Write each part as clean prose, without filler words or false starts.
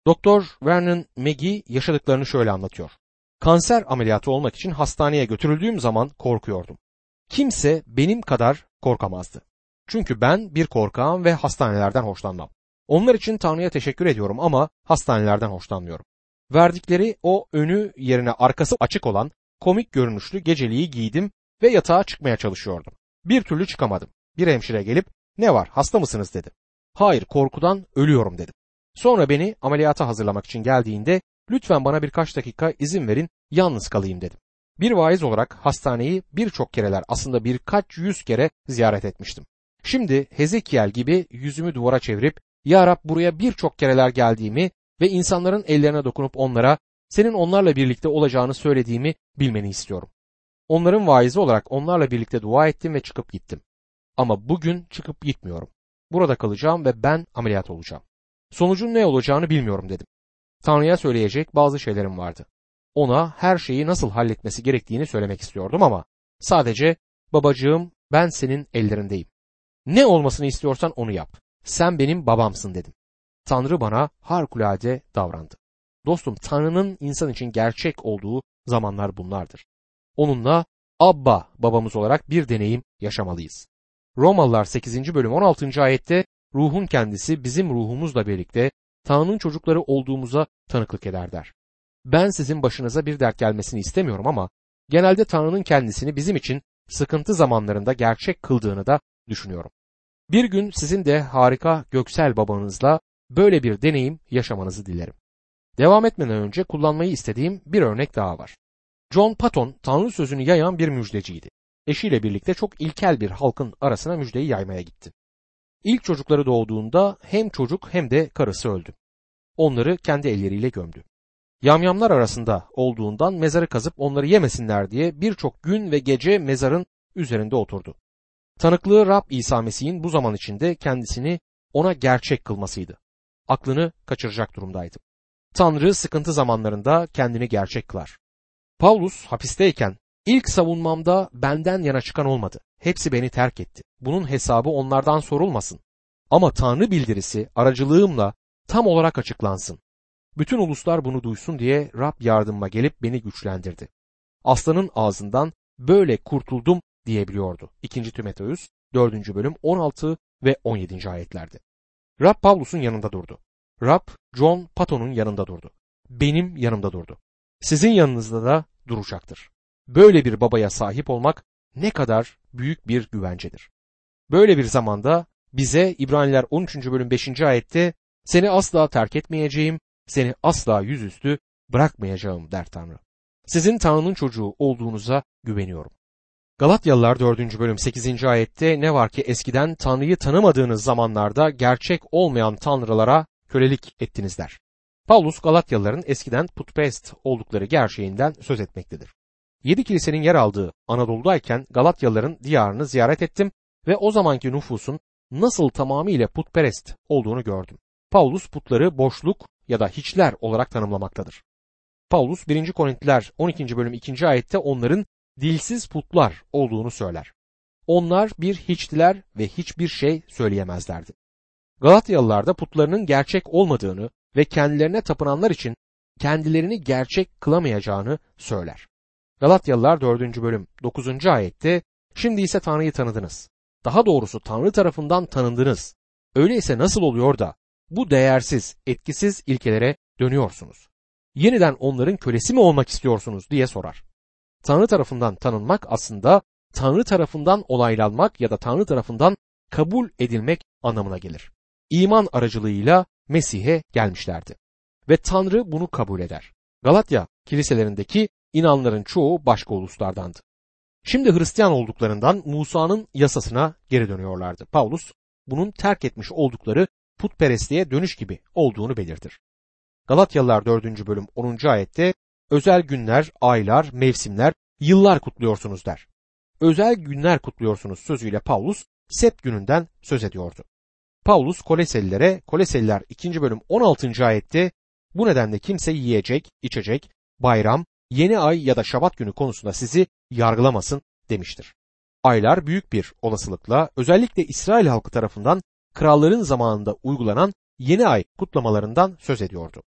Doktor Vernon McGee yaşadıklarını şöyle anlatıyor. Kanser ameliyatı olmak için hastaneye götürüldüğüm zaman korkuyordum. Kimse benim kadar korkamazdı. Çünkü ben bir korkağım ve hastanelerden hoşlanmam. Onlar için Tanrı'ya teşekkür ediyorum ama hastanelerden hoşlanmıyorum. Verdikleri o önü yerine arkası açık olan komik görünüşlü geceliği giydim ve yatağa çıkmaya çalışıyordum. Bir türlü çıkamadım. Bir hemşire gelip "Ne var, hasta mısınız?" dedi. "Hayır, korkudan ölüyorum," dedim. Sonra beni ameliyata hazırlamak için geldiğinde "Lütfen bana birkaç dakika izin verin, yalnız kalayım," dedim. Bir vaiz olarak hastaneyi birçok kereler, aslında birkaç yüz kere ziyaret etmiştim. Şimdi Hezekiel gibi yüzümü duvara çevirip "Ya Rab, buraya birçok kereler geldiğimi ve insanların ellerine dokunup onlara senin onlarla birlikte olacağını söylediğimi bilmeni istiyorum." Onların vaizi olarak onlarla birlikte dua ettim ve çıkıp gittim. Ama bugün çıkıp gitmiyorum. Burada kalacağım ve ben ameliyat olacağım. Sonucun ne olacağını bilmiyorum dedim. Tanrı'ya söyleyecek bazı şeylerim vardı. Ona her şeyi nasıl halletmesi gerektiğini söylemek istiyordum ama sadece "Babacığım, ben senin ellerindeyim. Ne olmasını istiyorsan onu yap. Sen benim babamsın," dedim. Tanrı bana harikulade davrandı. Dostum, Tanrı'nın insan için gerçek olduğu zamanlar bunlardır. Onunla Abba babamız olarak bir deneyim yaşamalıyız. Romalılar 8. bölüm 16. ayette ruhun kendisi bizim ruhumuzla birlikte Tanrı'nın çocukları olduğumuza tanıklık eder der. Ben sizin başınıza bir dert gelmesini istemiyorum ama genelde Tanrı'nın kendisini bizim için sıkıntı zamanlarında gerçek kıldığını da düşünüyorum. Bir gün sizin de harika göksel babanızla böyle bir deneyim yaşamanızı dilerim. Devam etmeden önce kullanmayı istediğim bir örnek daha var. John Patton Tanrı sözünü yayan bir müjdeciydi. Eşiyle birlikte çok ilkel bir halkın arasına müjdeyi yaymaya gitti. İlk çocukları doğduğunda hem çocuk hem de karısı öldü. Onları kendi elleriyle gömdü. Yamyamlar arasında olduğundan mezarı kazıp onları yemesinler diye birçok gün ve gece mezarın üzerinde oturdu. Tanıklığı Rab İsa Mesih'in bu zaman içinde kendisini ona gerçek kılmasıydı. Aklını kaçıracak durumdaydı. Tanrı sıkıntı zamanlarında kendini gerçek kılar. Paulus hapisteyken ilk savunmamda benden yana çıkan olmadı. Hepsi beni terk etti. Bunun hesabı onlardan sorulmasın. Ama Tanrı bildirisi aracılığımla tam olarak açıklansın. Bütün uluslar bunu duysun diye Rab yardımıma gelip beni güçlendirdi. Aslanın ağzından böyle kurtuldum diyebiliyordu. 2. Timoteus 4. bölüm 16 ve 17. ayetlerde. Rab Paulus'un yanında durdu. Rab John Patton'un yanında durdu. Benim yanımda durdu. Sizin yanınızda da duracaktır. Böyle bir babaya sahip olmak ne kadar büyük bir güvencedir. Böyle bir zamanda bize İbraniler 13. bölüm 5. ayette "Seni asla terk etmeyeceğim, seni asla yüzüstü bırakmayacağım," der Tanrı. Sizin Tanrı'nın çocuğu olduğunuza güveniyorum. Galatyalılar 4. bölüm 8. ayette "Ne var ki eskiden Tanrı'yı tanımadığınız zamanlarda gerçek olmayan tanrılara kölelik ettiniz," der. Paulus Galatyalıların eskiden putperest oldukları gerçeğinden söz etmektedir. 7 kilisenin yer aldığı Anadolu'dayken Galatyalıların diyarını ziyaret ettim ve o zamanki nüfusun nasıl tamamıyla putperest olduğunu gördüm. Paulus putları boşluk ya da hiçler olarak tanımlamaktadır. Paulus 1. Korintiler 12. bölüm 2. ayette onların dilsiz putlar olduğunu söyler. Onlar bir hiçtiler ve hiçbir şey söyleyemezlerdi. Galatyalılar da putlarının gerçek olmadığını ve kendilerine tapınanlar için kendilerini gerçek kılamayacağını söyler. Galatyalılar 4. bölüm 9. ayette "Şimdi ise Tanrı'yı tanıdınız. Daha doğrusu Tanrı tarafından tanındınız. Öyleyse nasıl oluyor da bu değersiz, etkisiz ilkelere dönüyorsunuz? Yeniden onların kölesi mi olmak istiyorsunuz?" diye sorar. Tanrı tarafından tanınmak aslında Tanrı tarafından onaylanmak ya da Tanrı tarafından kabul edilmek anlamına gelir. İman aracılığıyla Mesih'e gelmişlerdi. Ve Tanrı bunu kabul eder. Galatya kiliselerindeki inanların çoğu başka uluslardandı. Şimdi Hristiyan olduklarından Musa'nın yasasına geri dönüyorlardı. Paulus bunun terk etmiş oldukları putperestliğe dönüş gibi olduğunu belirtir. Galatyalılar 4. bölüm 10. ayette özel günler, aylar, mevsimler, yıllar kutluyorsunuz der. Özel günler kutluyorsunuz sözüyle Paulus Sept gününden söz ediyordu. Paulus Koleseliler 2. bölüm 16. ayette bu nedenle kimse yiyecek, içecek, bayram, yeni ay ya da şabat günü konusunda sizi yargılamasın demiştir. Aylar büyük bir olasılıkla özellikle İsrail halkı tarafından kralların zamanında uygulanan yeni ay kutlamalarından söz ediyordu.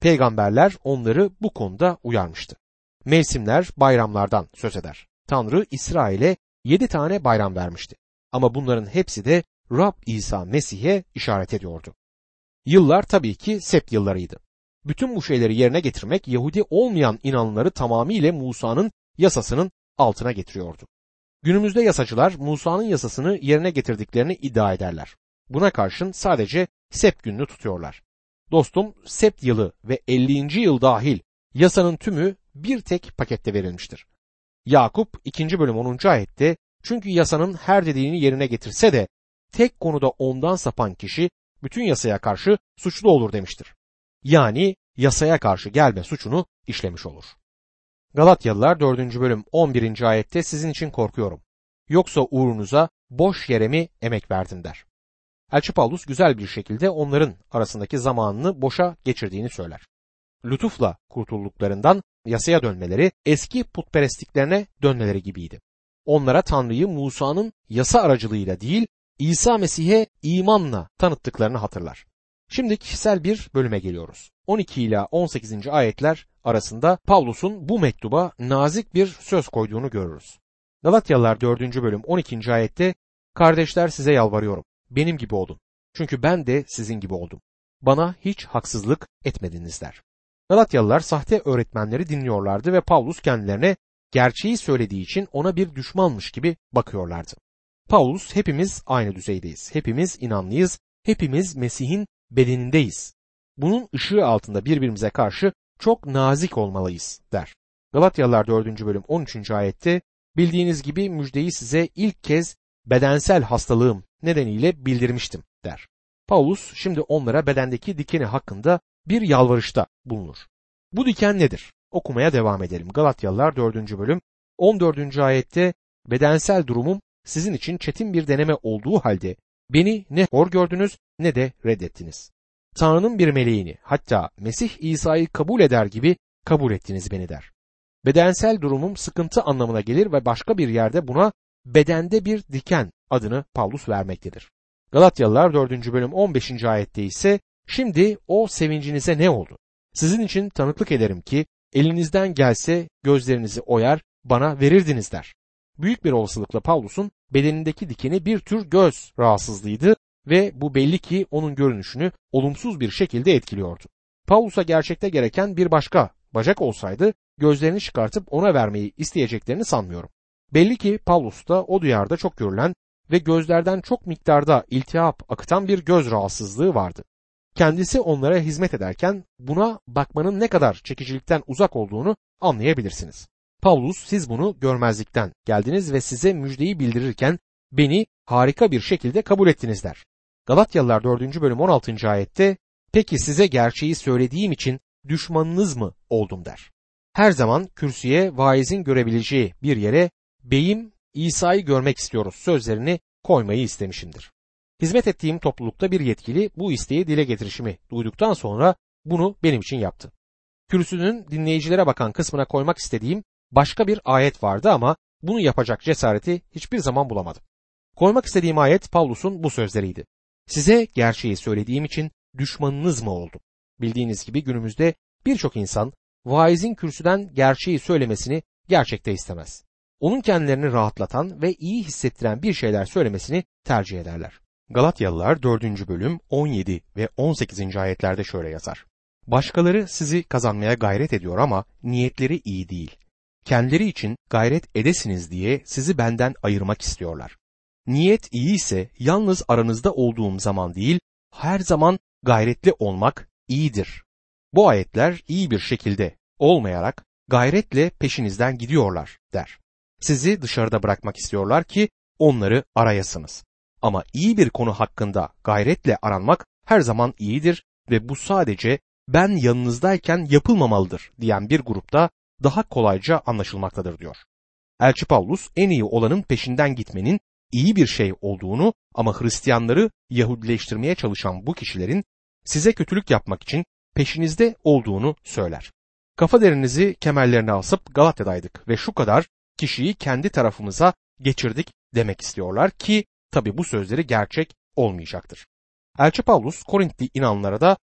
Peygamberler onları bu konuda uyarmıştı. Mevsimler, bayramlardan söz eder. Tanrı İsrail'e 7 tane bayram vermişti. Ama bunların hepsi de Rab İsa Mesih'e işaret ediyordu. Yıllar tabii ki sept yıllarıydı. Bütün bu şeyleri yerine getirmek Yahudi olmayan inananları tamamıyla Musa'nın yasasının altına getiriyordu. Günümüzde yasacılar Musa'nın yasasını yerine getirdiklerini iddia ederler. Buna karşın sadece sept gününü tutuyorlar. Dostum, sept yılı ve 50. yıl dahil yasanın tümü bir tek pakette verilmiştir. Yakup 2. bölüm 10. ayette çünkü yasanın her dediğini yerine getirse de tek konuda ondan sapan kişi bütün yasaya karşı suçlu olur demiştir. Yani yasaya karşı gelme suçunu işlemiş olur. Galatyalılar 4. bölüm 11. ayette sizin için korkuyorum. Yoksa uğrunuza boş yere mi emek verdim der. Elçi Pavlus güzel bir şekilde onların arasındaki zamanını boşa geçirdiğini söyler. Lütufla kurtulduklarından yasaya dönmeleri eski putperestliklerine dönmeleri gibiydi. Onlara Tanrı'yı Musa'nın yasa aracılığıyla değil İsa Mesih'e imanla tanıttıklarını hatırlar. Şimdi kişisel bir bölüme geliyoruz. 12 ila 18. ayetler arasında Pavlus'un bu mektuba nazik bir söz koyduğunu görürüz. Galatyalılar 4. bölüm 12. ayette kardeşler size yalvarıyorum benim gibi olun. Çünkü ben de sizin gibi oldum. Bana hiç haksızlık etmediniz der. Galatyalılar sahte öğretmenleri dinliyorlardı ve Pavlus kendilerine gerçeği söylediği için ona bir düşmanmış gibi bakıyorlardı. Pavlus hepimiz aynı düzeydeyiz. Hepimiz inanlıyız. Hepimiz Mesih'in bedenindeyiz. Bunun ışığı altında birbirimize karşı çok nazik olmalıyız der. Galatyalılar 4. bölüm 13. ayette bildiğiniz gibi müjdeyi size ilk kez bedensel hastalığım nedeniyle bildirmiştim der. Pavlus şimdi onlara bedendeki dikeni hakkında bir yalvarışta bulunur. Bu diken nedir? Okumaya devam edelim. Galatyalılar 4. bölüm 14. ayette bedensel durumum sizin için çetin bir deneme olduğu halde beni ne hor gördünüz ne de reddettiniz. Tanrı'nın bir meleğini hatta Mesih İsa'yı kabul eder gibi kabul ettiniz beni der. Bedensel durumum sıkıntı anlamına gelir ve başka bir yerde buna bedende bir diken adını Pavlus vermektedir. Galatyalılar 4. bölüm 15. ayette ise şimdi o sevincinize ne oldu? Sizin için tanıklık ederim ki elinizden gelse gözlerinizi oyar bana verirdiniz der. Büyük bir olasılıkla Pavlus'un bedenindeki dikeni bir tür göz rahatsızlığıydı ve bu belli ki onun görünüşünü olumsuz bir şekilde etkiliyordu. Pavlus'a gerçekte gereken bir başka bacak olsaydı gözlerini çıkartıp ona vermeyi isteyeceklerini sanmıyorum. Belli ki Pavlus'ta o duyarda çok görülen ve gözlerden çok miktarda iltihap akıtan bir göz rahatsızlığı vardı. Kendisi onlara hizmet ederken buna bakmanın ne kadar çekicilikten uzak olduğunu anlayabilirsiniz. Pavlus siz bunu görmezlikten geldiniz ve size müjdeyi bildirirken beni harika bir şekilde kabul ettiniz der. Galatyalılar 4. bölüm 16. ayette peki size gerçeği söylediğim için düşmanınız mı oldum der. Her zaman kürsüye vaizin görebileceği bir yere beyim İsa'yı görmek istiyoruz sözlerini koymayı istemişimdir. Hizmet ettiğim toplulukta bir yetkili bu isteği dile getirişimi duyduktan sonra bunu benim için yaptı. Kürsünün dinleyicilere bakan kısmına koymak istediğim başka bir ayet vardı ama bunu yapacak cesareti hiçbir zaman bulamadım. Koymak istediğim ayet Pavlus'un bu sözleriydi. Size gerçeği söylediğim için düşmanınız mı oldum? Bildiğiniz gibi günümüzde birçok insan vaizin kürsüden gerçeği söylemesini gerçekte istemez. Onun kendilerini rahatlatan ve iyi hissettiren bir şeyler söylemesini tercih ederler. Galatyalılar 4. bölüm 17 ve 18. ayetlerde şöyle yazar. Başkaları sizi kazanmaya gayret ediyor ama niyetleri iyi değil. Kendileri için gayret edesiniz diye sizi benden ayırmak istiyorlar. Niyet iyi ise yalnız aranızda olduğum zaman değil, her zaman gayretli olmak iyidir. Bu ayetler iyi bir şekilde olmayarak gayretle peşinizden gidiyorlar der. Sizi dışarıda bırakmak istiyorlar ki onları arayasınız. Ama iyi bir konu hakkında gayretle aranmak her zaman iyidir ve bu sadece ben yanınızdayken yapılmamalıdır diyen bir grupta daha kolayca anlaşılmaktadır diyor. Elçi Pavlus en iyi olanın peşinden gitmenin iyi bir şey olduğunu ama Hristiyanları Yahudileştirmeye çalışan bu kişilerin size kötülük yapmak için peşinizde olduğunu söyler. Kafa derinizi kemerlerine asıp Galatya'daydık ve şu kadar kişiyi kendi tarafımıza geçirdik demek istiyorlar ki tabi bu sözleri gerçek olmayacaktır. Elçi Pavlus Korintli inanlara da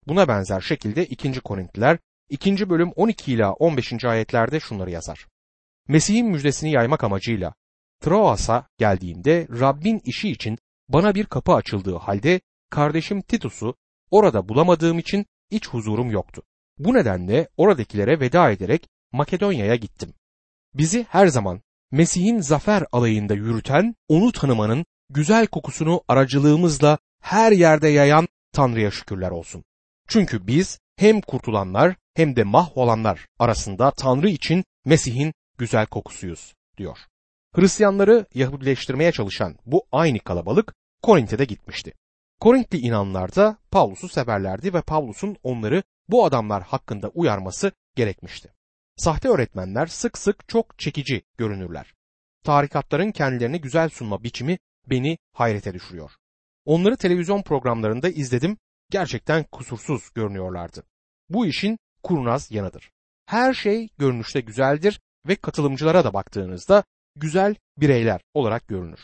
Buna benzer şekilde 2. Korintliler 2. bölüm 12 ila 15. ayetlerde şunları yazar. Mesih'in müjdesini yaymak amacıyla Troas'a geldiğimde Rabbin işi için bana bir kapı açıldığı halde kardeşim Titus'u orada bulamadığım için iç huzurum yoktu. Bu nedenle oradakilere veda ederek Makedonya'ya gittim. Bizi her zaman Mesih'in zafer alayında yürüten, onu tanımanın güzel kokusunu aracılığımızla her yerde yayan Tanrı'ya şükürler olsun. Çünkü biz hem kurtulanlar hem de mahvolanlar arasında Tanrı için Mesih'in güzel kokusuyuz, diyor. Hristiyanları Yahudileştirmeye çalışan bu aynı kalabalık Korint'e de gitmişti. Korintli inananlar da Pavlus'u severlerdi ve Pavlus'un onları bu adamlar hakkında uyarması gerekmişti. Sahte öğretmenler sık sık çok çekici görünürler. Tarikatların kendilerini güzel sunma biçimi beni hayrete düşürüyor. Onları televizyon programlarında izledim, gerçekten kusursuz görünüyorlardı. Bu işin kurnaz yanıdır. Her şey görünüşte güzeldir ve katılımcılara da baktığınızda güzel bireyler olarak görünür.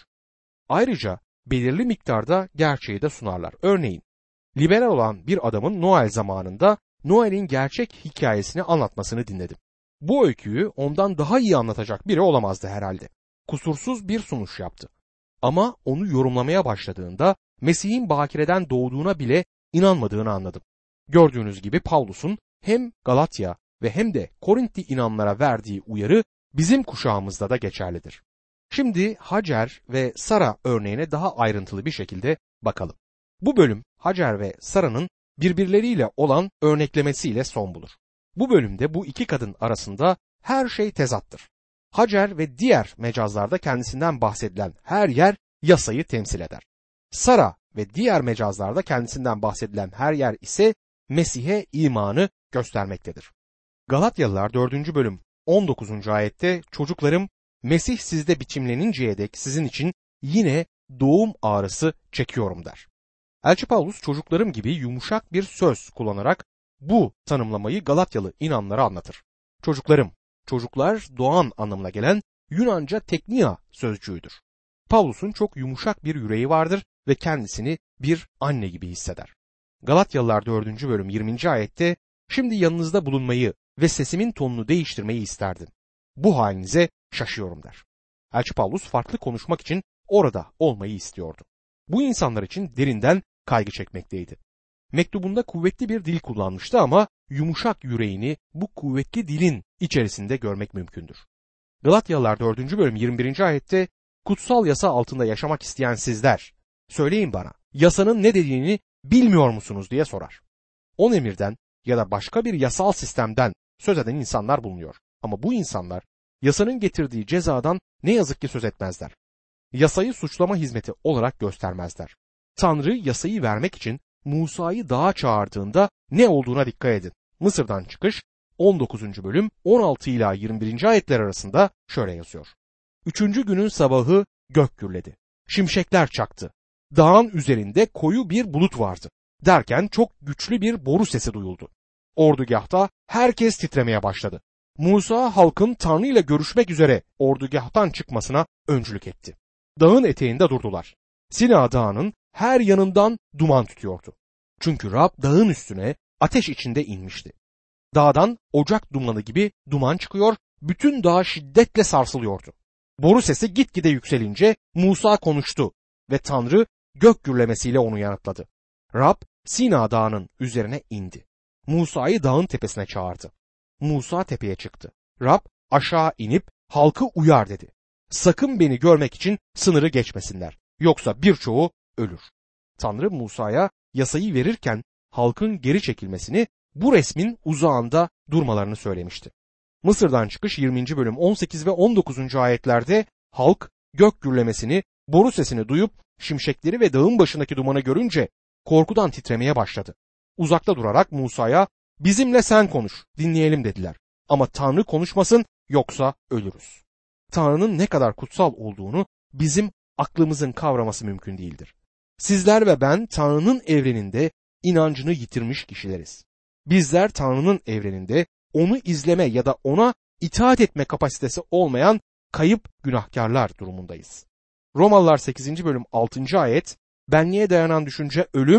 Ayrıca belirli miktarda gerçeği de sunarlar. Örneğin, liberal olan bir adamın Noel zamanında Noel'in gerçek hikayesini anlatmasını dinledim. Bu öyküyü ondan daha iyi anlatacak biri olamazdı herhalde. Kusursuz bir sunuş yaptı. Ama onu yorumlamaya başladığında Mesih'in bakireden doğduğuna bile inanmadığını anladım. Gördüğünüz gibi Pavlus'un hem Galatya ve hem de Korintli inanlara verdiği uyarı bizim kuşağımızda da geçerlidir. Şimdi Hacer ve Sara örneğine daha ayrıntılı bir şekilde bakalım. Bu bölüm Hacer ve Sara'nın birbirleriyle olan örneklemesiyle son bulur. Bu bölümde bu iki kadın arasında her şey tezattır. Hacer ve diğer mecazlarda kendisinden bahsedilen her yer yasayı temsil eder. Sara ve diğer mecazlarda kendisinden bahsedilen her yer ise Mesih'e imanı göstermektedir. Galatyalılar 4. bölüm 19. ayette çocuklarım Mesih sizde biçimleninceye dek sizin için yine doğum ağrısı çekiyorum der. Elçi Pavlus çocuklarım gibi yumuşak bir söz kullanarak bu tanımlamayı Galatyalı inanlara anlatır. Çocuklarım, çocuklar doğan anlamına gelen Yunanca teknia sözcüğüdür. Pavlus'un çok yumuşak bir yüreği vardır ve kendisini bir anne gibi hisseder. Galatyalılar 4. bölüm 20. ayette şimdi yanınızda bulunmayı ve sesimin tonunu değiştirmeyi isterdim. Bu halinize şaşıyorum der. Elçi Pavlus farklı konuşmak için orada olmayı istiyordu. Bu insanlar için derinden kaygı çekmekteydi. Mektubunda kuvvetli bir dil kullanmıştı ama yumuşak yüreğini bu kuvvetli dilin içerisinde görmek mümkündür. Galatyalılar 4. bölüm 21. ayette kutsal yasa altında yaşamak isteyen sizler, söyleyin bana, yasanın ne dediğini bilmiyor musunuz diye sorar. 10 emirden ya da başka bir yasal sistemden söz eden insanlar bulunuyor. Ama bu insanlar yasanın getirdiği cezadan ne yazık ki söz etmezler. Yasayı suçlama hizmeti olarak göstermezler. Tanrı yasayı vermek için Musa'yı dağa çağırdığında ne olduğuna dikkat edin. Mısır'dan çıkış 19. bölüm 16 ila 21. ayetler arasında şöyle yazıyor. 3. günün sabahı gök gürledi. Şimşekler çaktı. Dağın üzerinde koyu bir bulut vardı. Derken çok güçlü bir boru sesi duyuldu. Ordugahta herkes titremeye başladı. Musa halkın Tanrı ile görüşmek üzere ordugahtan çıkmasına öncülük etti. Dağın eteğinde durdular. Sina Dağı'nın her yanından duman tütüyordu. Çünkü Rab dağın üstüne ateş içinde inmişti. Dağdan ocak dumanı gibi duman çıkıyor, bütün dağ şiddetle sarsılıyordu. Boru sesi gitgide yükselince Musa konuştu ve Tanrı gök gürlemesiyle onu yanıtladı. Rab Sina Dağı'nın üzerine indi. Musa'yı dağın tepesine çağırdı. Musa tepeye çıktı. Rab aşağı inip halkı uyar dedi. Sakın beni görmek için sınırı geçmesinler. Yoksa birçoğu ölür. Tanrı Musa'ya yasayı verirken halkın geri çekilmesini, bu resmin uzağında durmalarını söylemişti. Mısır'dan çıkış 20. bölüm 18 ve 19. ayetlerde halk gök gürlemesini, boru sesini duyup şimşekleri ve dağın başındaki dumanı görünce korkudan titremeye başladı. Uzakta durarak Musa'ya bizimle sen konuş, dinleyelim dediler. Ama Tanrı konuşmasın yoksa ölürüz. Tanrı'nın ne kadar kutsal olduğunu bizim aklımızın kavraması mümkün değildir. Sizler ve ben Tanrı'nın evreninde inancını yitirmiş kişileriz. Bizler Tanrı'nın evreninde onu izleme ya da ona itaat etme kapasitesi olmayan kayıp günahkarlar durumundayız. Romalılar 8. bölüm 6. ayet benliğe dayanan düşünce ölüm,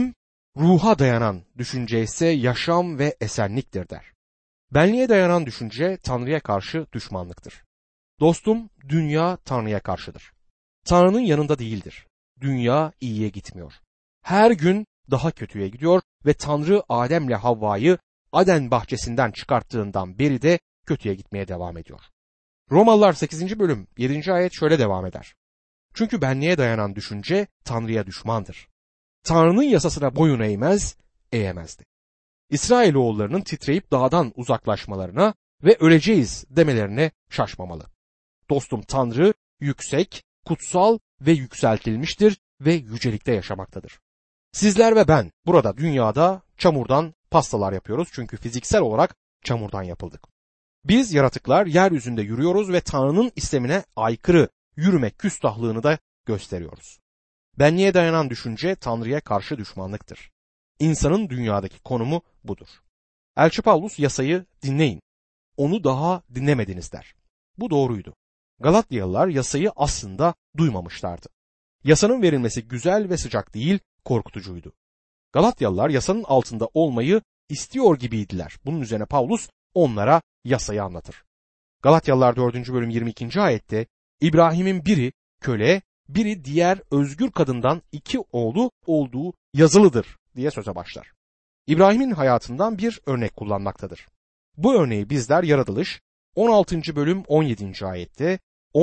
Ruha dayanan düşünce ise yaşam ve esenliktir der. Benliğe dayanan düşünce Tanrı'ya karşı düşmanlıktır. Dostum, dünya Tanrı'ya karşıdır. Tanrı'nın yanında değildir. Dünya iyiye gitmiyor. Her gün daha kötüye gidiyor ve Tanrı Adem'le Havva'yı Aden bahçesinden çıkarttığından beri de kötüye gitmeye devam ediyor. Romalılar 8. bölüm 7. ayet şöyle devam eder. Çünkü benliğe dayanan düşünce Tanrı'ya düşmandır. Tanrı'nın yasasına boyun eğemezdi. İsrailoğullarının titreyip dağdan uzaklaşmalarına ve öleceğiz demelerine şaşmamalı. Dostum, Tanrı yüksek, kutsal ve yükseltilmiştir ve yücelikte yaşamaktadır. Sizler ve ben burada dünyada çamurdan pastalar yapıyoruz çünkü fiziksel olarak çamurdan yapıldık. Biz yaratıklar yeryüzünde yürüyoruz ve Tanrı'nın istemine aykırı yürümek küstahlığını da gösteriyoruz. Benliğe dayanan düşünce Tanrı'ya karşı düşmanlıktır. İnsanın dünyadaki konumu budur. Elçi Pavlus yasayı dinleyin, onu daha dinlemediniz der. Bu doğruydu. Galatyalılar yasayı aslında duymamışlardı. Yasanın verilmesi güzel ve sıcak değil, korkutucuydu. Galatyalılar yasanın altında olmayı istiyor gibiydiler. Bunun üzerine Pavlus onlara yasayı anlatır. Galatyalılar 4. bölüm 22. ayette İbrahim'in biri köle, biri diğer özgür kadından 2 oğlu olduğu yazılıdır diye söze başlar. İbrahim'in hayatından bir örnek kullanmaktadır. Bu örneği bizler Yaratılış 16. bölüm 17. ayette,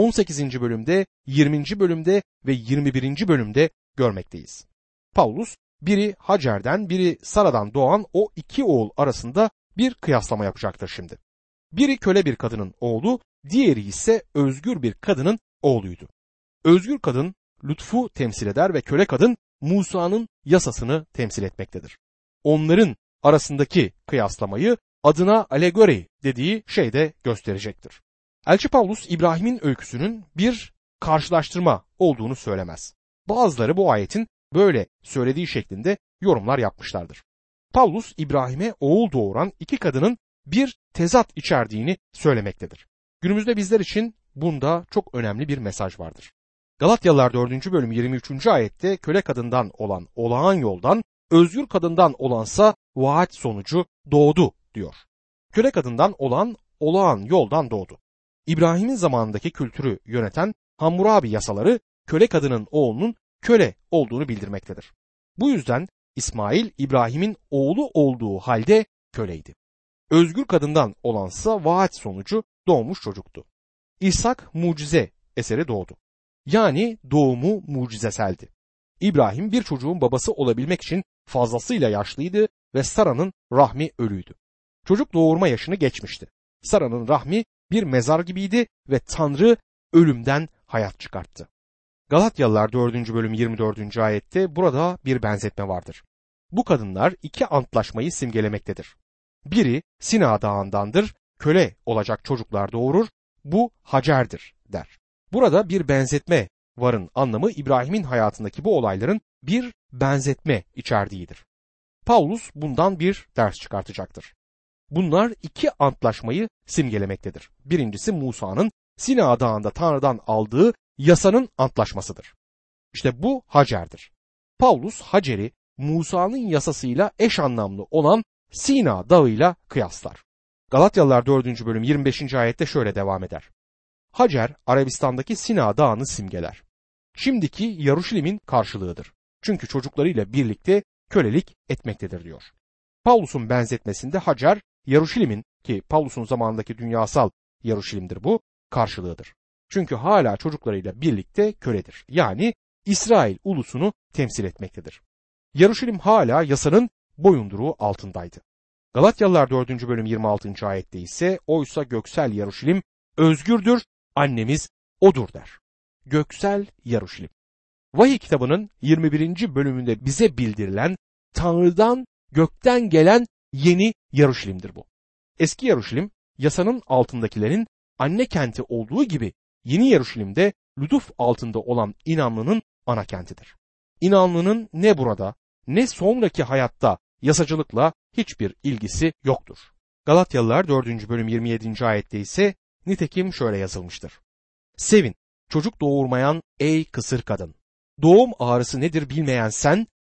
18. bölümde, 20. bölümde ve 21. bölümde görmekteyiz. Pavlus biri Hacer'den biri Sara'dan doğan o 2 oğul arasında bir kıyaslama yapacaktır şimdi. Biri köle bir kadının oğlu, diğeri ise özgür bir kadının oğluydu. Özgür kadın lütfu temsil eder ve köle kadın Musa'nın yasasını temsil etmektedir. Onların arasındaki kıyaslamayı adına alegori dediği şeyde gösterecektir. Elçi Pavlus İbrahim'in öyküsünün bir karşılaştırma olduğunu söylemez. Bazıları bu ayetin böyle söylediği şeklinde yorumlar yapmışlardır. Pavlus İbrahim'e oğul doğuran 2 kadının bir tezat içerdiğini söylemektedir. Günümüzde bizler için bunda çok önemli bir mesaj vardır. Galatyalılar 4. bölüm 23. ayette köle kadından olan olağan yoldan, özgür kadından olansa vaat sonucu doğdu diyor. Köle kadından olan olağan yoldan doğdu. İbrahim'in zamanındaki kültürü yöneten Hammurabi yasaları köle kadının oğlunun köle olduğunu bildirmektedir. Bu yüzden İsmail İbrahim'in oğlu olduğu halde köleydi. Özgür kadından olansa vaat sonucu doğmuş çocuktu. İshak mucize eseri doğdu. Yani doğumu mucizeseldi. İbrahim bir çocuğun babası olabilmek için fazlasıyla yaşlıydı ve Sara'nın rahmi ölüydü. Çocuk doğurma yaşını geçmişti. Sara'nın rahmi bir mezar gibiydi ve Tanrı ölümden hayat çıkarttı. Galatyalılar 4. bölüm 24. ayette burada bir benzetme vardır. Bu kadınlar 2 antlaşmayı simgelemektedir. Biri Sina Dağı'ndandır, köle olacak çocuklar doğurur, bu Hacer'dir der. Burada bir benzetme varın anlamı İbrahim'in hayatındaki bu olayların bir benzetme içerdiğidir. Pavlus bundan bir ders çıkartacaktır. Bunlar 2 antlaşmayı simgelemektedir. Birincisi Musa'nın Sina Dağı'nda Tanrı'dan aldığı yasanın antlaşmasıdır. İşte bu Hacer'dir. Pavlus Hacer'i Musa'nın yasasıyla eş anlamlı olan Sina Dağı'yla kıyaslar. Galatyalılar 4. bölüm 25. ayette şöyle devam eder. Hacer, Arabistan'daki Sina Dağı'nı simgeler. Şimdiki Yaruşilim'in karşılığıdır. Çünkü çocuklarıyla birlikte kölelik etmektedir diyor. Pavlus'un benzetmesinde Hacer, Yaruşilim'in ki Pavlus'un zamanındaki dünyasal Yaruşilim'dir bu, karşılığıdır. Çünkü hala çocuklarıyla birlikte köledir. Yani İsrail ulusunu temsil etmektedir. Yaruşilim hala yasanın boyunduruğu altındaydı. Galatyalılar 4. bölüm 26. ayette ise oysa göksel Yaruşilim özgürdür, annemiz odur der. Göksel Yaruşilim. Vahiy kitabının 21. bölümünde bize bildirilen Tanrı'dan gökten gelen yeni Yaruşilim'dir bu. Eski Yaruşilim yasanın altındakilerin anne kenti olduğu gibi yeni Yaruşilim'de lütuf altında olan inanlının ana kentidir. İnanlının ne burada ne sonraki hayatta yasacılıkla hiçbir ilgisi yoktur. Galatyalılar 4. bölüm 27. ayette ise nitekim şöyle yazılmıştır. Sevin, çocuk doğurmayan ey kısır kadın. Doğum ağrısı nedir bilmeyen sen,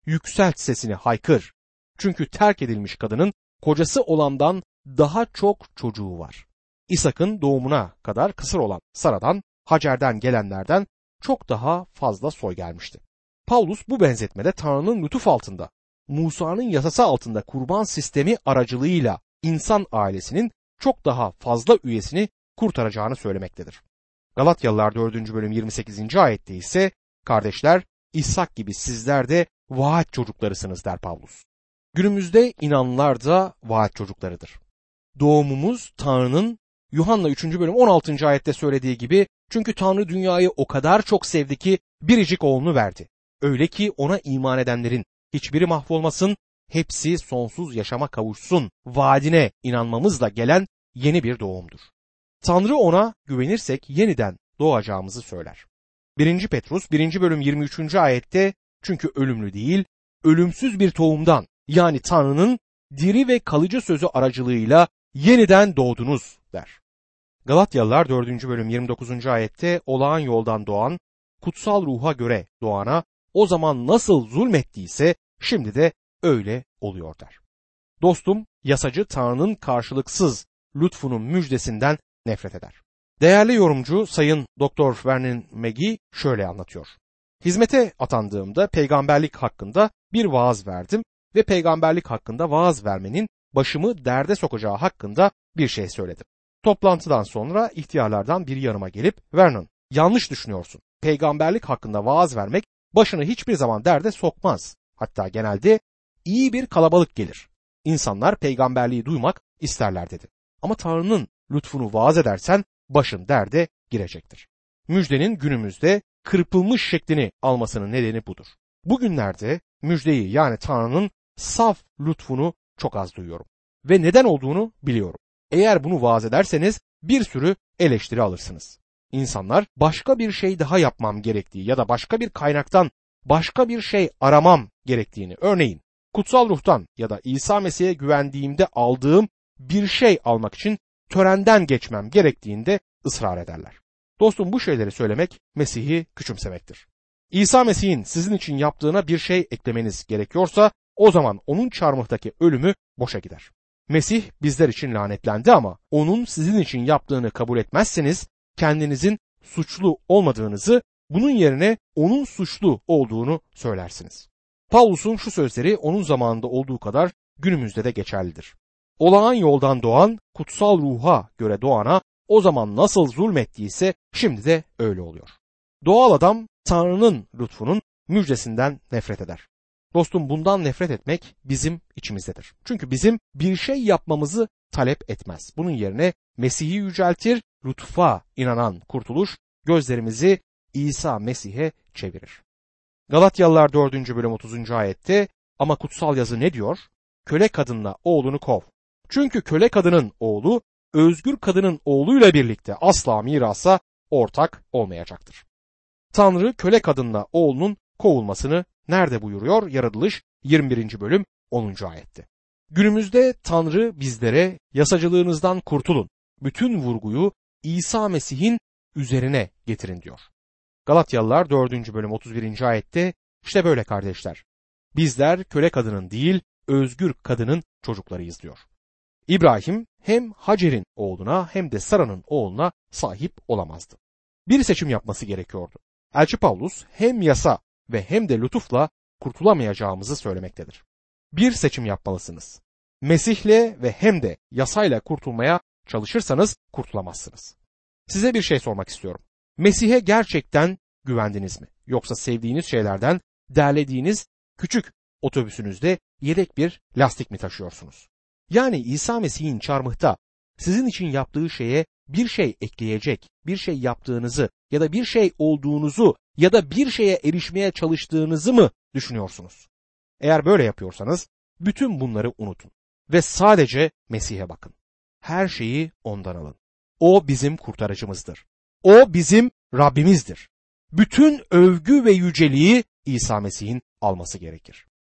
yükselt sesini haykır. Çünkü terk edilmiş kadının kocası olandan daha çok çocuğu var. İshak'ın doğumuna kadar kısır olan Sara'dan, Hacer'den gelenlerden çok daha fazla soy gelmişti. Paulus bu benzetmede Tanrı'nın lütuf altında, Musa'nın yasası altında kurban sistemi aracılığıyla insan ailesinin çok daha fazla üyesini kurtaracağını söylemektedir. Galatyalılar 4. bölüm 28. ayette ise kardeşler İshak gibi sizler de vaat çocuklarısınız der Paulus. Günümüzde inananlar da vaat çocuklarıdır. Doğumumuz Tanrı'nın Yuhanna 3. bölüm 16. ayette söylediği gibi çünkü Tanrı dünyayı o kadar çok sevdi ki biricik oğlunu verdi. Öyle ki ona iman edenlerin hiçbiri mahvolmasın, hepsi sonsuz yaşama kavuşsun vaadine inanmamızla gelen yeni bir doğumdur. Tanrı ona güvenirsek yeniden doğacağımızı söyler. 1. Petrus 1. bölüm 23. ayette çünkü ölümlü değil, ölümsüz bir tohumdan yani Tanrı'nın diri ve kalıcı sözü aracılığıyla yeniden doğdunuz der. Galatyalılar 4. bölüm 29. ayette olağan yoldan doğan, kutsal ruha göre doğana o zaman nasıl zulmettiyse şimdi de öyle oluyor der. Dostum, yasacı Tanrı'nın karşılıksız lütfunun müjdesinden nefret eder. Değerli yorumcu Sayın Dr. Vernon McGee şöyle anlatıyor. Hizmete atandığımda peygamberlik hakkında bir vaaz verdim ve peygamberlik hakkında vaaz vermenin başımı derde sokacağı hakkında bir şey söyledim. Toplantıdan sonra ihtiyarlardan biri yanıma gelip Vernon yanlış düşünüyorsun. Peygamberlik hakkında vaaz vermek başını hiçbir zaman derde sokmaz. Hatta genelde iyi bir kalabalık gelir. İnsanlar peygamberliği duymak isterler dedi. Ama Tanrı'nın lütfunu vaaz edersen başın derde girecektir. Müjdenin günümüzde kırpılmış şeklini almasının nedeni budur. Bugünlerde müjdeyi yani Tanrı'nın saf lütfunu çok az duyuyorum. Ve neden olduğunu biliyorum. Eğer bunu vaaz ederseniz bir sürü eleştiri alırsınız. İnsanlar başka bir şey daha yapmam gerektiği ya da başka bir kaynaktan başka bir şey aramam gerektiğini, örneğin kutsal ruhtan ya da İsa Mesih'e güvendiğimde aldığım bir şey almak için törenden geçmem gerektiğinde ısrar ederler. Dostum, bu şeyleri söylemek Mesih'i küçümsemektir. İsa Mesih'in sizin için yaptığına bir şey eklemeniz gerekiyorsa o zaman onun çarmıhtaki ölümü boşa gider. Mesih bizler için lanetlendi ama onun sizin için yaptığını kabul etmezseniz kendinizin suçlu olmadığınızı, bunun yerine onun suçlu olduğunu söylersiniz. Paulus'un şu sözleri onun zamanında olduğu kadar günümüzde de geçerlidir. Olağan yoldan doğan, kutsal ruha göre doğana o zaman nasıl zulmettiyse şimdi de öyle oluyor. Doğal adam Tanrı'nın lütfunun müjdesinden nefret eder. Dostum, bundan nefret etmek bizim içimizdedir. Çünkü bizim bir şey yapmamızı talep etmez. Bunun yerine Mesih'i yüceltir, lütfa inanan kurtuluş gözlerimizi İsa Mesih'e çevirir. Galatyalılar 4. bölüm 30. ayette ama kutsal yazı ne diyor? Köle kadınla oğlunu kov. Çünkü köle kadının oğlu özgür kadının oğluyla birlikte asla mirasa ortak olmayacaktır. Tanrı köle kadınla oğlunun kovulmasını nerede buyuruyor? Yaratılış 21. bölüm 10. ayette. Günümüzde Tanrı bizlere yasacılığınızdan kurtulun, bütün vurguyu İsa Mesih'in üzerine getirin diyor. Galatyalılar 4. bölüm 31. ayette işte böyle kardeşler. Bizler köle kadının değil, özgür kadının çocuklarıyız diyor. İbrahim hem Hacer'in oğluna hem de Sara'nın oğluna sahip olamazdı. Bir seçim yapması gerekiyordu. Elçi Paulus hem yasa ve hem de lütufla kurtulamayacağımızı söylemektedir. Bir seçim yapmalısınız. Mesih'le ve hem de yasayla kurtulmaya çalışırsanız kurtulamazsınız. Size bir şey sormak istiyorum. Mesih'e gerçekten güvendiniz mi? Yoksa sevdiğiniz şeylerden derlediğiniz küçük otobüsünüzde yedek bir lastik mi taşıyorsunuz? Yani İsa Mesih'in çarmıhta sizin için yaptığı şeye bir şey ekleyecek, bir şey yaptığınızı ya da bir şey olduğunuzu ya da bir şeye erişmeye çalıştığınızı mı düşünüyorsunuz? Eğer böyle yapıyorsanız bütün bunları unutun ve sadece Mesih'e bakın. Her şeyi ondan alın. O bizim kurtarıcımızdır. O bizim Rabbimizdir. Bütün övgü ve yüceliği İsa Mesih'in alması gerekir.